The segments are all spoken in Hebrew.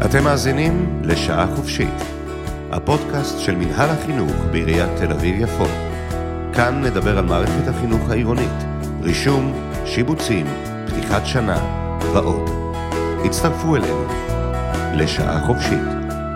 אתם מאזינים לשעה חופשית, הפודקאסט של מנהל החינוך בעיריית תל אביב-יפו. כאן נדבר על מערכת החינוך העירונית, רישום, שיבוצים, פתיחת שנה ועוד. הצטרפו אלינו לשעה חופשית.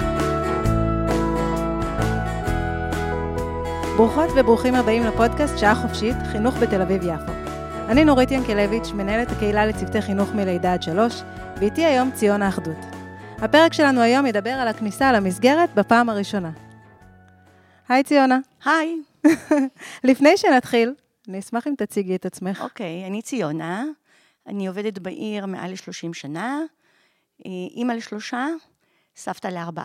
ברוכות וברוכים הבאים לפודקאסט שעה חופשית, חינוך בתל אביב-יפו. אני נורית ינקלביץ', מנהלת הקהילה לצוותי חינוך מלידה עד 3, ואיתי היום ציון האחדות. הפרק שלנו היום ידבר על הכניסה למסגרת בפעם הראשונה. היי ציונה. היי. לפני שנתחיל, אני אשמח אם תציגי את עצמך. אוקיי, אני ציונה, אני עובדת בעיר מעל 30 שנה, אימא ל3, סבתא ל4.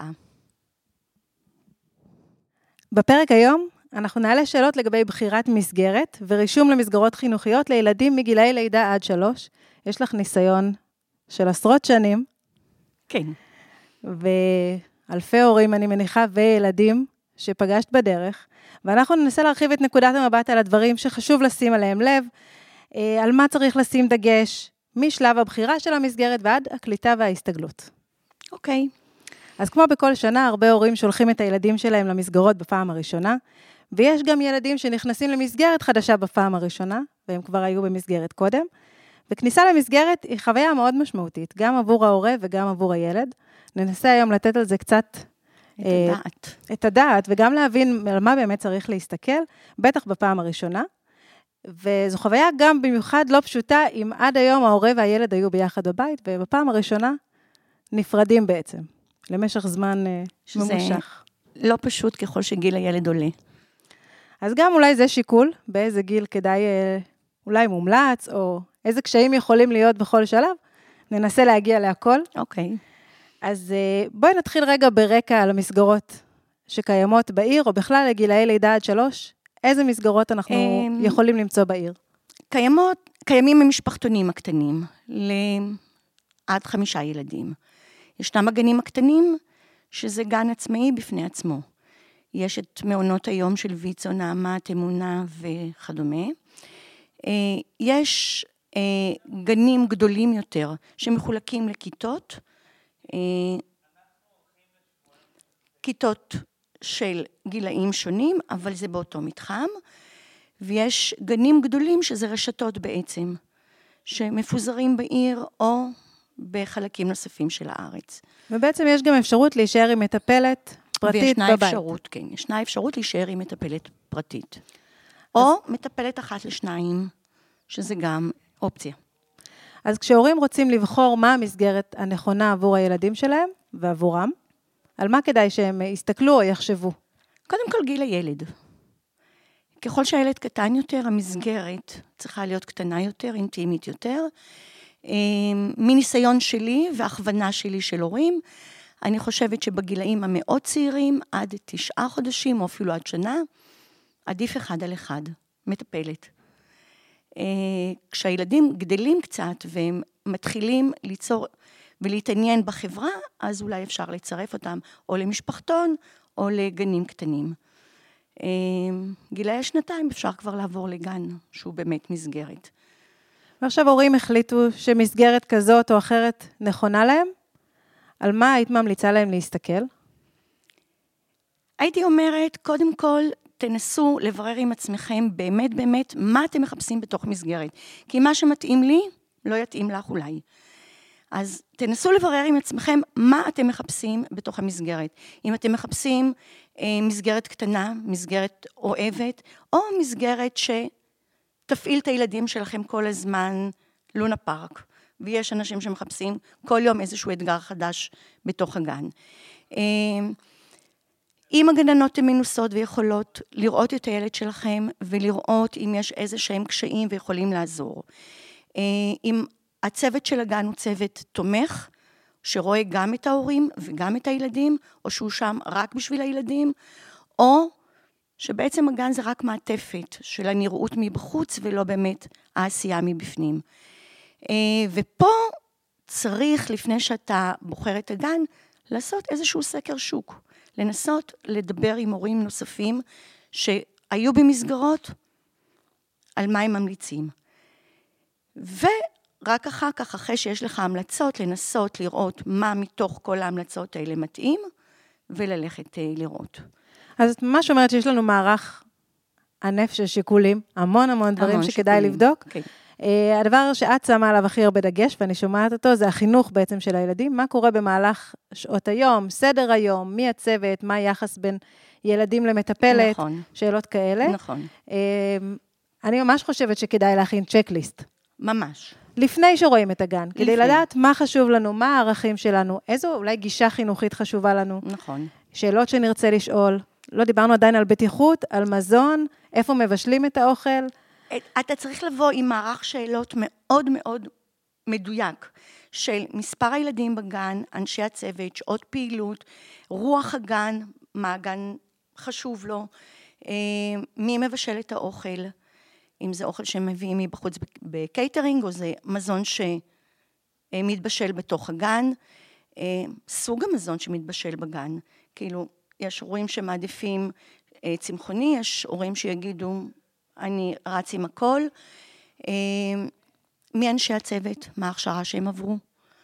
בפרק היום אנחנו נעלה שאלות לגבי בחירת מסגרת ורישום למסגרות חינוכיות לילדים מגילאי לידה עד 3. יש לך ניסיון של עשרות שנים. כן. ואלפי הורים, אני מניחה, וילדים שפגשת בדרך, ואנחנו ננסה להרחיב את נקודת המבט על הדברים שחשוב לשים עליהם לב, על מה צריך לשים דגש, משלב הבחירה של המסגרת ועד הקליטה וההסתגלות. אוקיי. אז כמו בכל שנה, הרבה הורים שולחים את הילדים שלהם למסגרות בפעם הראשונה, ויש גם ילדים שנכנסים למסגרת חדשה בפעם הראשונה, והם כבר היו במסגרת קודם, וכניסה למסגרת היא חוויה מאוד משמעותית, גם עבור ההורה וגם עבור הילד. ננסה היום לתת על זה קצת את הדעת, וגם להבין על מה באמת צריך להסתכל, בטח בפעם הראשונה. וזו חוויה גם במיוחד לא פשוטה, אם עד היום ההורה והילד היו ביחד בבית, ובפעם הראשונה נפרדים בעצם, למשך זמן ממושך. לא פשוט ככל שגיל הילד עולה. אז גם אולי זה שיקול, באיזה גיל כדאי אולי מומלץ, או איזה קשיים יכולים להיות בכל שלב, ננסה להגיע להכל. אוקיי. אז בואי נתחיל רגע ברקע על המסגרות שקיימות בעיר, או בכלל לגילאי לידה עד 3, איזה מסגרות אנחנו יכולים למצוא בעיר? קיימים המשפחתונים הקטנים, עד 5 ילדים. ישנם הגנים הקטנים, שזה גן עצמאי בפני עצמו. יש את מעונות היום של ויצו, נעמת, אמונה וכדומה. יש גנים גדולים יותר, שמחולקים לכיתות, כיתות של גילאים שונים, אבל זה באותו מתחם, ויש גנים גדולים שזה רשתות בעצם, שמפוזרים בעיר או בחלקים נוספים של הארץ. ובעצם יש גם אפשרות להישאר עם מטפלת פרטית בבית. אפשרות, כן, ישנה אפשרות להישאר עם מטפלת פרטית. או מטפלת 1-2, שזה גם אופציה. אז כשהורים רוצים לבחור מה המסגרת הנכונה עבור הילדים שלהם ועבורם, על מה כדאי שהם יסתכלו או יחשבו? קודם כל גיל הילד. ככל שהילד קטן יותר, המסגרת צריכה להיות קטנה יותר, אינטימית יותר. מניסיון שלי והכוונה שלי של הורים, אני חושבת שבגילאים המאוד צעירים, עד 9 חודשים או אפילו עד שנה, עדיף 1-1, מטפלת. כשהילדים גדלים קצת והם מתחילים ליצור ולהתעניין בחברה, אז אולי אפשר לצרף אותם או למשפחתון או לגנים קטנים. גילאי 2 אפשר כבר לעבור לגן שהוא באמת מסגרת. ועכשיו הורים החליטו שמסגרת כזאת או אחרת נכונה להם? על מה היית ממליצה להם להסתכל? הייתי אומרת, קודם כל, תנסו לברר עם עצמכם באמת מה אתם מחפשים בתוך מסגרת. כי מה שמתאים לי, לא יתאים לך אולי. אז תנסו לברר עם עצמכם מה אתם מחפשים בתוך המסגרת. אם אתם מחפשים מסגרת קטנה, מסגרת אוהבת, או מסגרת שתפעיל את הילדים שלכם כל הזמן, לונה פארק. ויש אנשים שמחפשים כל יום איזשהו אתגר חדש בתוך הגן. אם הגננות הן מנוסות ויכולות לראות את הילד שלכם, ולראות אם יש איזה שהם קשיים ויכולים לעזור. אם הצוות של הגן הוא צוות תומך, שרואה גם את ההורים וגם את הילדים, או שהוא שם רק בשביל הילדים, או שבעצם הגן זה רק מעטפת של הנראות מבחוץ, ולא באמת העשייה מבפנים. ופה צריך, לפני שאתה בוחר את הגן, לעשות איזשהו סקר שוק. לנסות לדבר עם הורים נוספים שהיו במסגרות, על מה הם ממליצים. רק אחר כך, אחרי שיש לך המלצות, לנסות לראות מה מתוך כל ההמלצות האלה מתאים, וללכת לראות. אז את ממש אומרת שיש לנו מערך ענף של שיקולים, המון דברים שכדאי לבדוק. כן. הדבר שאת שמה עליו הכי הרבה דגש, ואני שומעת אותו, זה החינוך בעצם של הילדים, מה קורה במהלך שעות היום, סדר היום, מי הצוות, מה היחס בין ילדים למטפלת, נכון. שאלות כאלה. נכון. אני ממש חושבת שכדאי להכין צ'קליסט. ממש. לפני שרואים את הגן, כדי לדעת מה חשוב לנו, מה הערכים שלנו, איזו אולי גישה חינוכית חשובה לנו. נכון. שאלות שנרצה לשאול. לא דיברנו עדיין על בטיחות, על מזון, איפה מבשלים את האוכל. אתה צריך לבוא עם מערך שאלות מאוד מאוד מדויק, של מספר הילדים בגן, אנשי הצוות, שעות פעילות, רוח הגן, מה הגן חשוב לו, מי מבשל את האוכל, אם זה אוכל שמביאים מבחוץ בקייטרינג, או זה מזון שמתבשל בתוך הגן, סוג המזון שמתבשל בגן, כאילו יש הורים שמעדיפים צמחוני, יש הורים שיגידו, אני רץ עם הכל, מי אנשי הצוות, מה ההכשרה שהם עברו,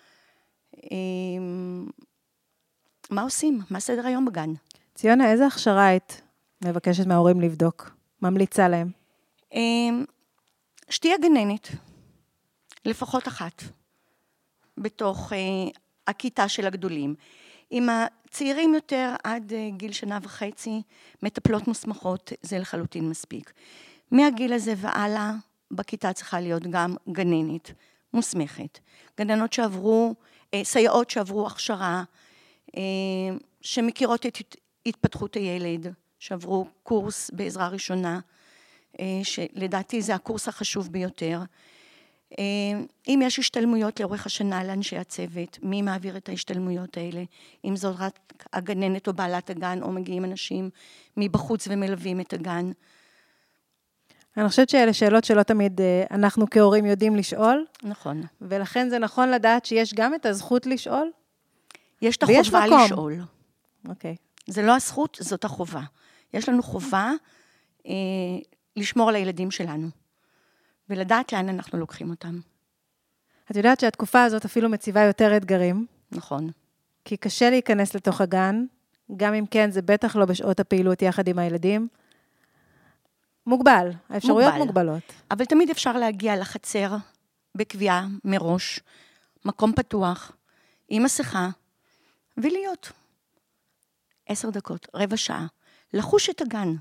מה עושים, מה סדר היום בגן. ציונה, איזה הכשרה היית מבקשת מההורים לבדוק, ממליצה להם? שתהיה גננת, לפחות אחת, בתוך הכיתה של הגדולים. עם הצעירים יותר עד גיל 1.5, מטפלות מוסמכות, זה לחלוטין מספיק. מהגיל הזה והלאה, בכיתה צריכה להיות גם גננת מוסמכת. גננות שעברו, סייעות שעברו הכשרה, שמכירות את התפתחות הילד, שעברו קורס בעזרה ראשונה, שלדעתי זה הקורס החשוב ביותר. אם יש השתלמויות לאורך השנה לאנשי הצוות, מי מעביר את ההשתלמויות האלה? אם זאת רק הגננת או בעלת הגן, או מגיעים אנשים מבחוץ ומלווים את הגן. אני חושבת שאלה שאלות שלא תמיד אנחנו כהורים יודעים לשאול. נכון. ולכן זה נכון לדעת שיש גם את הזכות לשאול. יש את החובה לשאול. אוקיי. זה לא הזכות, זאת החובה. יש לנו חובה לשמור על הילדים שלנו. ולדעת לאן אנחנו לוקחים אותם. את יודעת שהתקופה הזאת אפילו מציבה יותר אתגרים. נכון. כי קשה להיכנס לתוך הגן, גם אם כן, זה בטח לא בשעות הפעילות יחד עם הילדים. מוגבל, האפשרויות מוגבלות. אבל תמיד אפשר להגיע לחצר, בקביעה מראש, מקום פתוח, עם מסכה, ולהיות 10 דקות, רבע שעה, לחוש את הגן.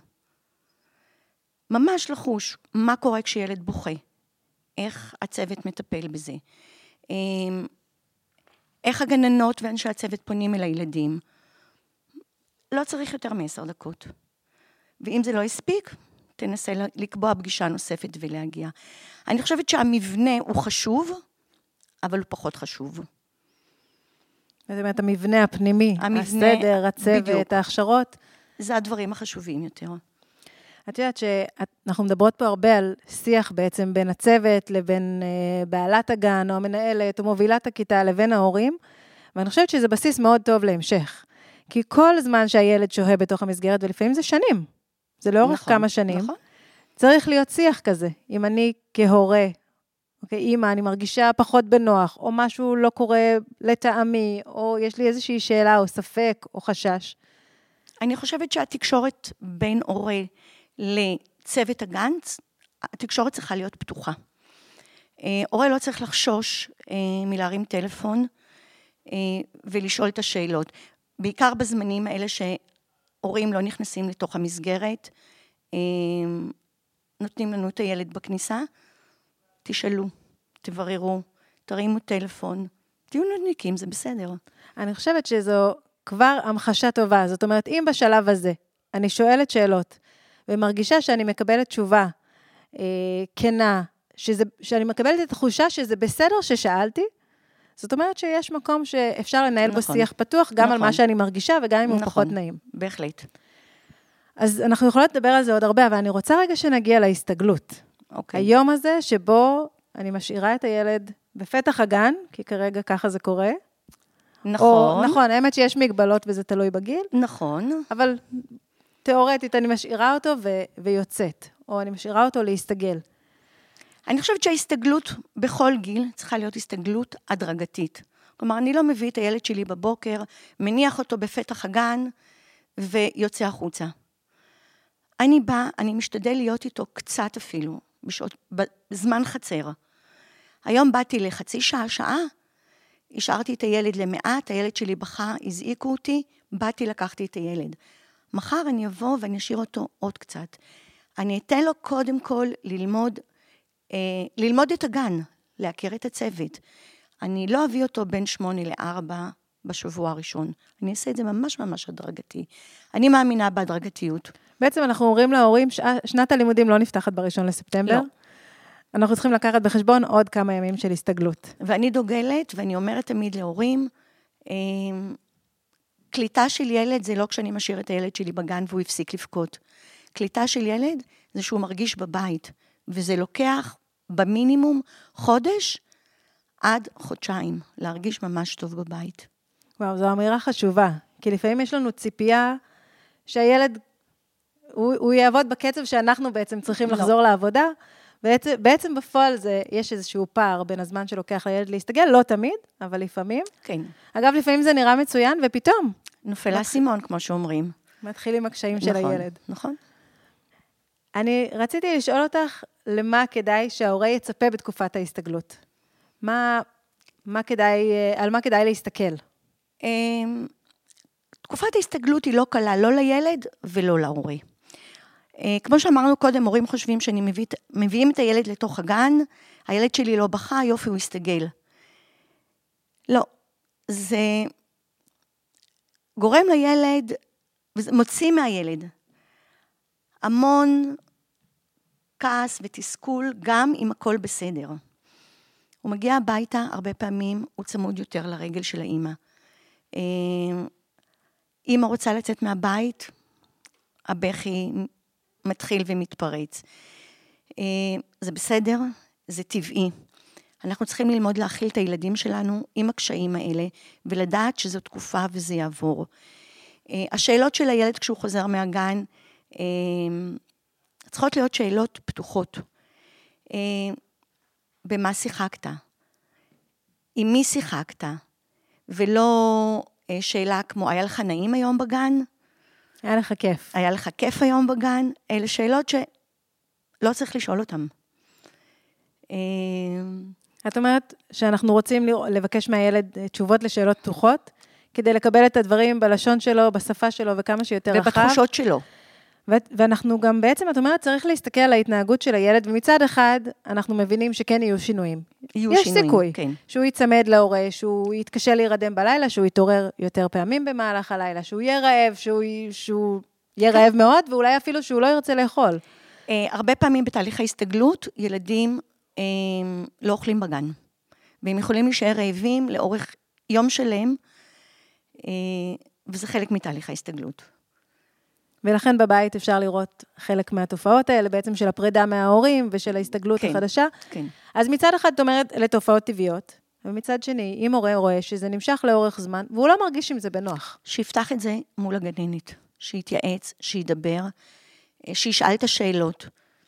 ממש לחוש מה קורה כשילד בוכה, איך הצוות מטפל בזה, איך הגננות ואנשי הצוות פונים אל הילדים. לא צריך יותר מ10 דקות. ואם זה לא הספיק, תנסה לקבוע פגישה נוספת ולהגיע. אני חושבת שהמבנה הוא חשוב, אבל הוא פחות חשוב. זאת אומרת, המבנה הפנימי, הסדר, הצוות, בדיוק. ההכשרות. זה הדברים החשובים יותר. את יודעת שאנחנו מדברות פה הרבה על שיח בעצם בין הצוות לבין בעלת הגן או המנהלת או מובילת הכיתה לבין ההורים, ואני חושבת שזה בסיס מאוד טוב להמשך. כי כל זמן שהילד שוהה בתוך המסגרת, ולפעמים זה שנים, זה לאורך נכון, כמה שנים, נכון. צריך להיות שיח כזה. אם אני כהורה, אוקיי, אמא, אני מרגישה פחות בנוח, או משהו לא קורה לטעמי, או יש לי איזושהי שאלה או ספק או חשש. אני חושבת שהתקשורת בין הורה לצוות הגן, התקשורת צריכה להיות פתוחה. הורה לא צריך לחשוש מלהרים טלפון ולשאול את השאלות. בעיקר בזמנים האלה שהורים לא נכנסים לתוך המסגרת, נותנים לנו את הילד בכניסה, תשאלו, תבררו, תרימו טלפון, תהיו נודניקים, זה בסדר. אני חושבת שזו כבר המחשה טובה, זאת אומרת, אם בשלב הזה אני שואלת שאלות, ומרגישה שאני מקבלת תשובה כנה, שאני מקבלת את התחושה שזה בסדר ששאלתי, זאת אומרת שיש מקום שאפשר לנהל בו שיח פתוח, גם על מה שאני מרגישה, וגם אם הוא פחות נעים. בהחלט. אז אנחנו יכולות לדבר על זה עוד הרבה, אבל אני רוצה רגע שנגיע להסתגלות. היום הזה שבו אני משאירה את הילד בפתח הגן, כי כרגע ככה זה קורה. נכון. נכון, האמת שיש מגבלות וזה תלוי בגיל. נכון. אבל תיאורטית אני משאירה אותו ויוצאת, או אני משאירה אותו להסתגל. אני חושבת שההסתגלות בכל גיל צריכה להיות הסתגלות הדרגתית. כלומר, אני לא מביא את הילד שלי בבוקר, מניח אותו בפתח הגן ויוצא החוצה. אני באה, אני משתדל להיות איתו קצת אפילו, בזמן חצר. היום באתי לחצי שעה, השארתי את הילד למעט, הילד שלי בכה, הזעיקו אותי, באתי, לקחתי את הילד. מחר אני אבוא ואני אשאיר אותו עוד קצת. אני אתן לו קודם כל ללמוד את הגן, להכיר את הצוות. אני לא אביא אותו בין 8-4 בשבוע הראשון. אני אעשה את זה ממש ממש הדרגתי. אני מאמינה בהדרגתיות. בעצם אנחנו אומרים להורים, שנת הלימודים לא נפתחת ב1 לספטמבר. לא. אנחנו צריכים לקחת בחשבון עוד כמה ימים של הסתגלות. ואני דוגלת, ואני אומרת תמיד להורים, קליטה של ילד זה לא כשאני משאיר את הילד שלי בגן והוא הפסיק לבכות. קליטה של ילד זה שהוא מרגיש בבית, וזה לוקח במינימום חודש עד חודשיים, להרגיש ממש טוב בבית. וואו, זו אמירה חשובה, כי לפעמים יש לנו ציפייה שהילד, הוא יעבוד בקצב שאנחנו בעצם צריכים לחזור לעבודה, בעצם בפועל יש איזשהו פער בין הזמן שלוקח לילד להסתגל, לא תמיד, אבל לפעמים. כן. אגב, לפעמים זה נראה מצוין, ופתאום. נופל האסימון, כמו שאומרים. מתחיל עם הקשיים של הילד. נכון. אני רציתי לשאול אותך, למה כדאי שההורה יצפה בתקופת ההסתגלות? על מה כדאי להסתכל? תקופת ההסתגלות היא לא קלה, לא לילד ולא להורה. כמו שאמרנו קודם, הורים חושבים שאני מביאים את הילד לתוך הגן, הילד שלי לא בכה, יופי, הוא הסתגל. לא, זה גורם לילד, מוציא מהילד המון כעס ותסכול, גם אם הכל בסדר. הוא מגיע הביתה, הרבה פעמים הוא צמוד יותר לרגל של האמא. אמא רוצה לצאת מהבית, הבכי מתחיל ומתפרץ. זה בסדר, זה טבעי. אנחנו צריכים ללמוד להכיל את הילדים שלנו עם הקשיים האלה, ולדעת שזו תקופה וזה יעבור. השאלות של הילד כשהוא חוזר מהגן, צריכות להיות שאלות פתוחות. במה שיחקת? עם מי שיחקת? ולא שאלה כמו, היה לך נעים היום בגן? היה לך כיף. היה לך כיף היום בגן? אלה שאלות שלא צריך לשאול אותן. את אומרת שאנחנו רוצים לבקש מהילד תשובות לשאלות פתוחות, כדי לקבל את הדברים בלשון שלו, בשפה שלו, וכמה שיותר רחב. ובתחושות שלו. ואנחנו גם בעצם, את אומרת, צריך להסתכל על ההתנהגות של הילד, ומצד אחד אנחנו מבינים שכן יהיו שינויים. יש סיכוי, כן. שהוא יצמד להורה, שהוא יתקשה להירדם בלילה, שהוא יתעורר יותר פעמים במהלך הלילה, שהוא יהיה רעב, שהוא יהיה רעב מאוד, ואולי אפילו שהוא לא ירצה לאכול. הרבה פעמים בתהליך ההסתגלות, ילדים לא אוכלים בגן, והם יכולים להישאר רעבים לאורך יום שלם, וזה חלק מתהליך ההסתגלות. ולכן בבית אפשר לראות חלק מהתופעות האלה, בעצם של הפרידה מההורים ושל ההסתגלות החדשה. כן. אז מצד אחד את אומרת לתופעות טבעיות, ומצד שני, אם הורה רואה שזה נמשך לאורך זמן, והוא לא מרגיש עם זה בנוח. שיפתח את זה מול הגננת, שיתייעץ, שידבר, שישאל את השאלות.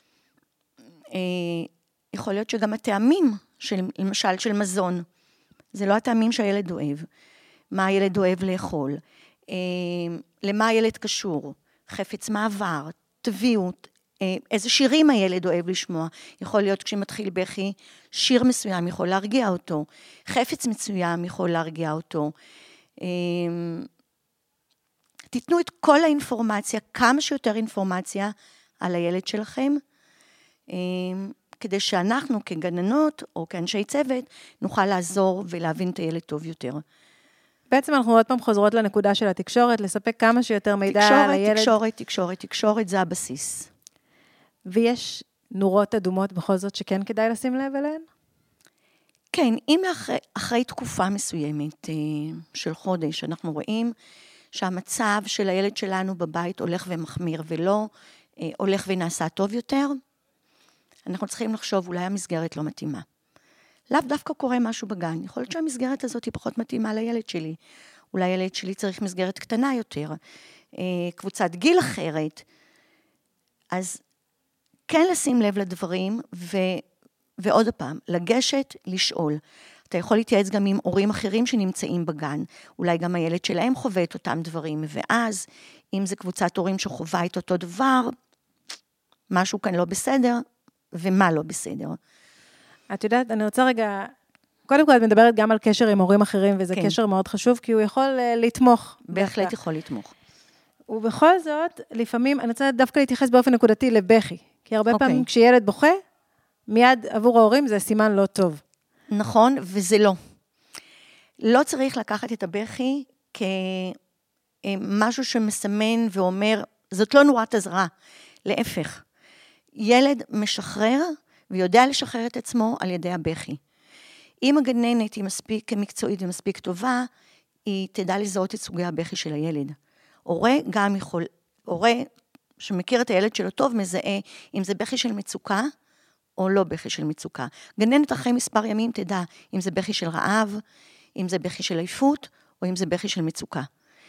יכול להיות שגם הטעמים, למשל של מזון, זה לא הטעמים שהילד אוהב. מה הילד אוהב לאכול, למה הילד קשור, חפץ מעבר, תביעות, איזה שירים הילד אוהב לשמוע. יכול להיות כשמתחיל בכי, שיר מסוים יכול להרגיע אותו, חפץ מסוים יכול להרגיע אותו. תיתנו את כל האינפורמציה, כמה שיותר אינפורמציה על הילד שלכם, כדי שאנחנו כגננות או כאנשי צוות נוכל לעזור ולהבין את הילד טוב יותר. בעצם אנחנו עוד פעם חוזרות לנקודה של התקשורת, לספק כמה שיותר מידע על הילד. תקשורת, זה הבסיס. ויש נורות אדומות בכל זאת שכן כדאי לשים לב אליהן? כן, אם אחרי תקופה מסוימת של חודש, אנחנו רואים שהמצב של הילד שלנו בבית הולך ומחמיר, ולא הולך ונעשה טוב יותר, אנחנו צריכים לחשוב, אולי המסגרת לא מתאימה. לאו דווקא קורה משהו בגן, יכול להיות שהמסגרת הזאת היא פחות מתאימה לילד שלי. אולי הילד שלי צריך מסגרת קטנה יותר, קבוצת גיל אחרת. אז כן לשים לב לדברים ועוד פעם, לגשת, לשאול. אתה יכול להתייעץ גם עם הורים אחרים שנמצאים בגן, אולי גם הילד שלהם חווה את אותם דברים, ואז, אם זה קבוצת הורים שחווה את אותו דבר, משהו כאן לא בסדר, ומה לא בסדר. את יודעת, אני רוצה רגע, קודם כל את מדברת גם על קשר עם הורים אחרים, וזה כן. קשר מאוד חשוב, כי הוא יכול לתמוך. בהחלט יכול לתמוך. ובכל זאת, לפעמים, אני רוצה דווקא להתייחס באופן נקודתי לבכי, כי הרבה פעמים כשילד בוכה, מיד עבור ההורים זה סימן לא טוב. נכון, וזה לא. לא צריך לקחת את הבכי כמשהו שמסמן ואומר, זאת לא נורת אזהרה, להפך. ילד משחרר ויודע לשחרר את עצמו על ידי הבכי. אם הגננת היא מספיק מקצועית ומספיק טובה, היא תדע לזהות את סוגי הבכי של הילד. הורה גם יכול, הורה שמכיר את הילד שלו טוב, מזהה אם זה בכי של מצוקה, או לא בכי של מצוקה. גננת אחרי מספר ימים תדע אם זה בכי של רעב, אם זה בכי של עייפות, או אם זה בכי של מצוקה.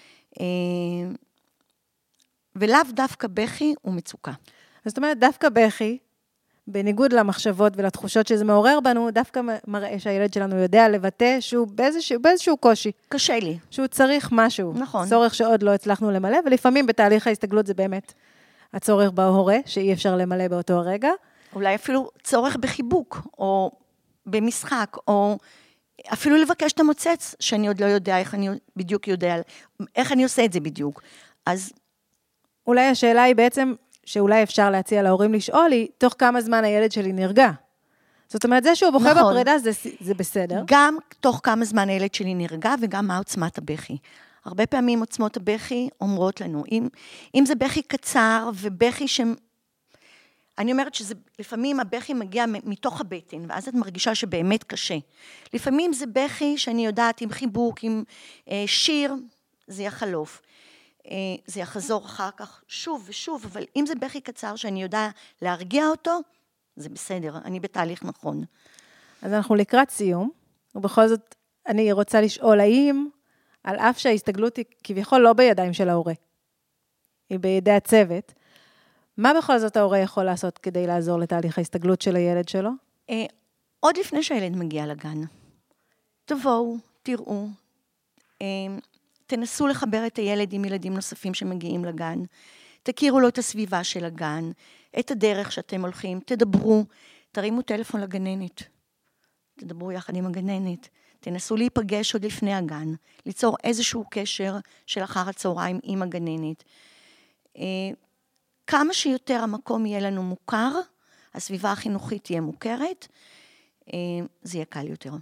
ולאו דווקא בכי ומצוקה. זאת אומרת, דווקא בכי, בניגוד למחשבות ולתחושות שזה מעורר בנו, דווקא מראה שהילד שלנו יודע לבטא שהוא באיזשהו קושי. קשה לי. שהוא צריך משהו. נכון. צורך שעוד לא הצלחנו למלא, ולפעמים בתהליך ההסתגלות זה באמת הצורך בהורה, שאי אפשר למלא באותו הרגע. אולי אפילו צורך בחיבוק, או במשחק, או אפילו לבקש את המוצץ, שאני עוד לא יודע איך אני בדיוק יודע, איך אני עושה את זה בדיוק. אז אולי השאלה היא בעצם, שאולי אפשר להציע להורים לשאול לי, תוך כמה זמן הילד שלי נרגע. זאת אומרת, זה שהוא בוכה נכון. בפרידה, זה בסדר. גם תוך כמה זמן הילד שלי נרגע, וגם מה עוצמת הבכי. הרבה פעמים עוצמות הבכי אומרות לנו, אם זה בכי קצר, ובכי אני אומרת שלפעמים הבכי מגיע מתוך הבטן, ואז את מרגישה שבאמת קשה. לפעמים זה בכי שאני יודעת עם חיבוק, עם שיר, זה יחלוף. זה יחזור אחר כך שוב ושוב, אבל אם זה בכי קצר שאני יודעת להרגיע אותו, זה בסדר, אני בתהליך נכון. אז אנחנו לקראת סיום, ובכל זאת אני רוצה לשאול, האם על אף שההסתגלות היא כביכול לא בידיים של ההורה, היא בידי הצוות, מה בכל זאת ההורה יכול לעשות כדי לעזור לתהליך ההסתגלות של הילד שלו? עוד לפני שהילד מגיע לגן, תבואו, תראו, תנסו לחבר את הילד עם ילדים נוספים שמגיעים לגן, תכירו לו את הסביבה של הגן, את הדרך שאתם הולכים, תדברו, תרימו טלפון לגננת, תדברו יחד עם הגננת, תנסו להיפגש עוד לפני הגן, ליצור איזשהו קשר של אחר הצהריים עם הגננת. כמה שיותר המקום יהיה לנו מוכר, הסביבה החינוכית תהיה מוכרת, זה יהיה קל יותר.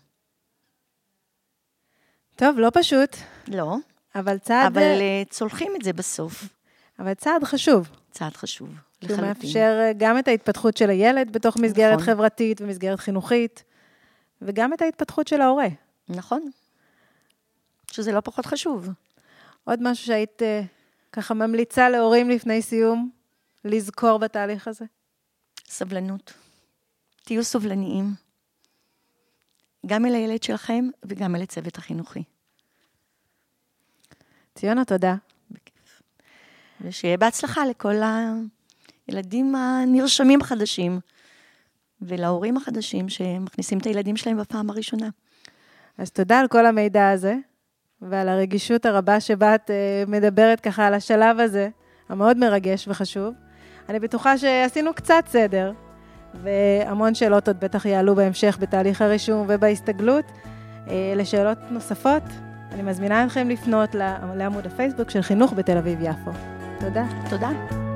טוב, לא פשוט. לא. אבל צעד... אבל צולחים את זה בסוף. אבל צעד חשוב. צעד חשוב, לחלוטין. הוא מאפשר גם את ההתפתחות של הילד בתוך מסגרת נכון. חברתית ומסגרת חינוכית, וגם את ההתפתחות של ההורה. נכון. שזה לא פחות חשוב. עוד משהו שהיית ככה ממליצה להורים לפני סיום, לזכור בתהליך הזה? סבלנות. תהיו סובלניים. גם אל הילד שלכם וגם אל הצוות החינוכי. ציונה, תודה. בכיף. ושיהיה בהצלחה לכל הילדים הנרשמים החדשים, ולהורים החדשים שמכניסים את הילדים שלהם בפעם הראשונה. אז תודה על כל המידע הזה, ועל הרגישות הרבה שבה את מדברת ככה על השלב הזה, המאוד מרגש וחשוב. אני בטוחה שעשינו קצת סדר, והמון שאלות עוד בטח יעלו בהמשך בתהליך הרישום ובהסתגלות. לשאלות נוספות, אני מזמינה אתכם לפנות לעמוד הפייסבוק של חינוך בתל אביב יפו. תודה. תודה.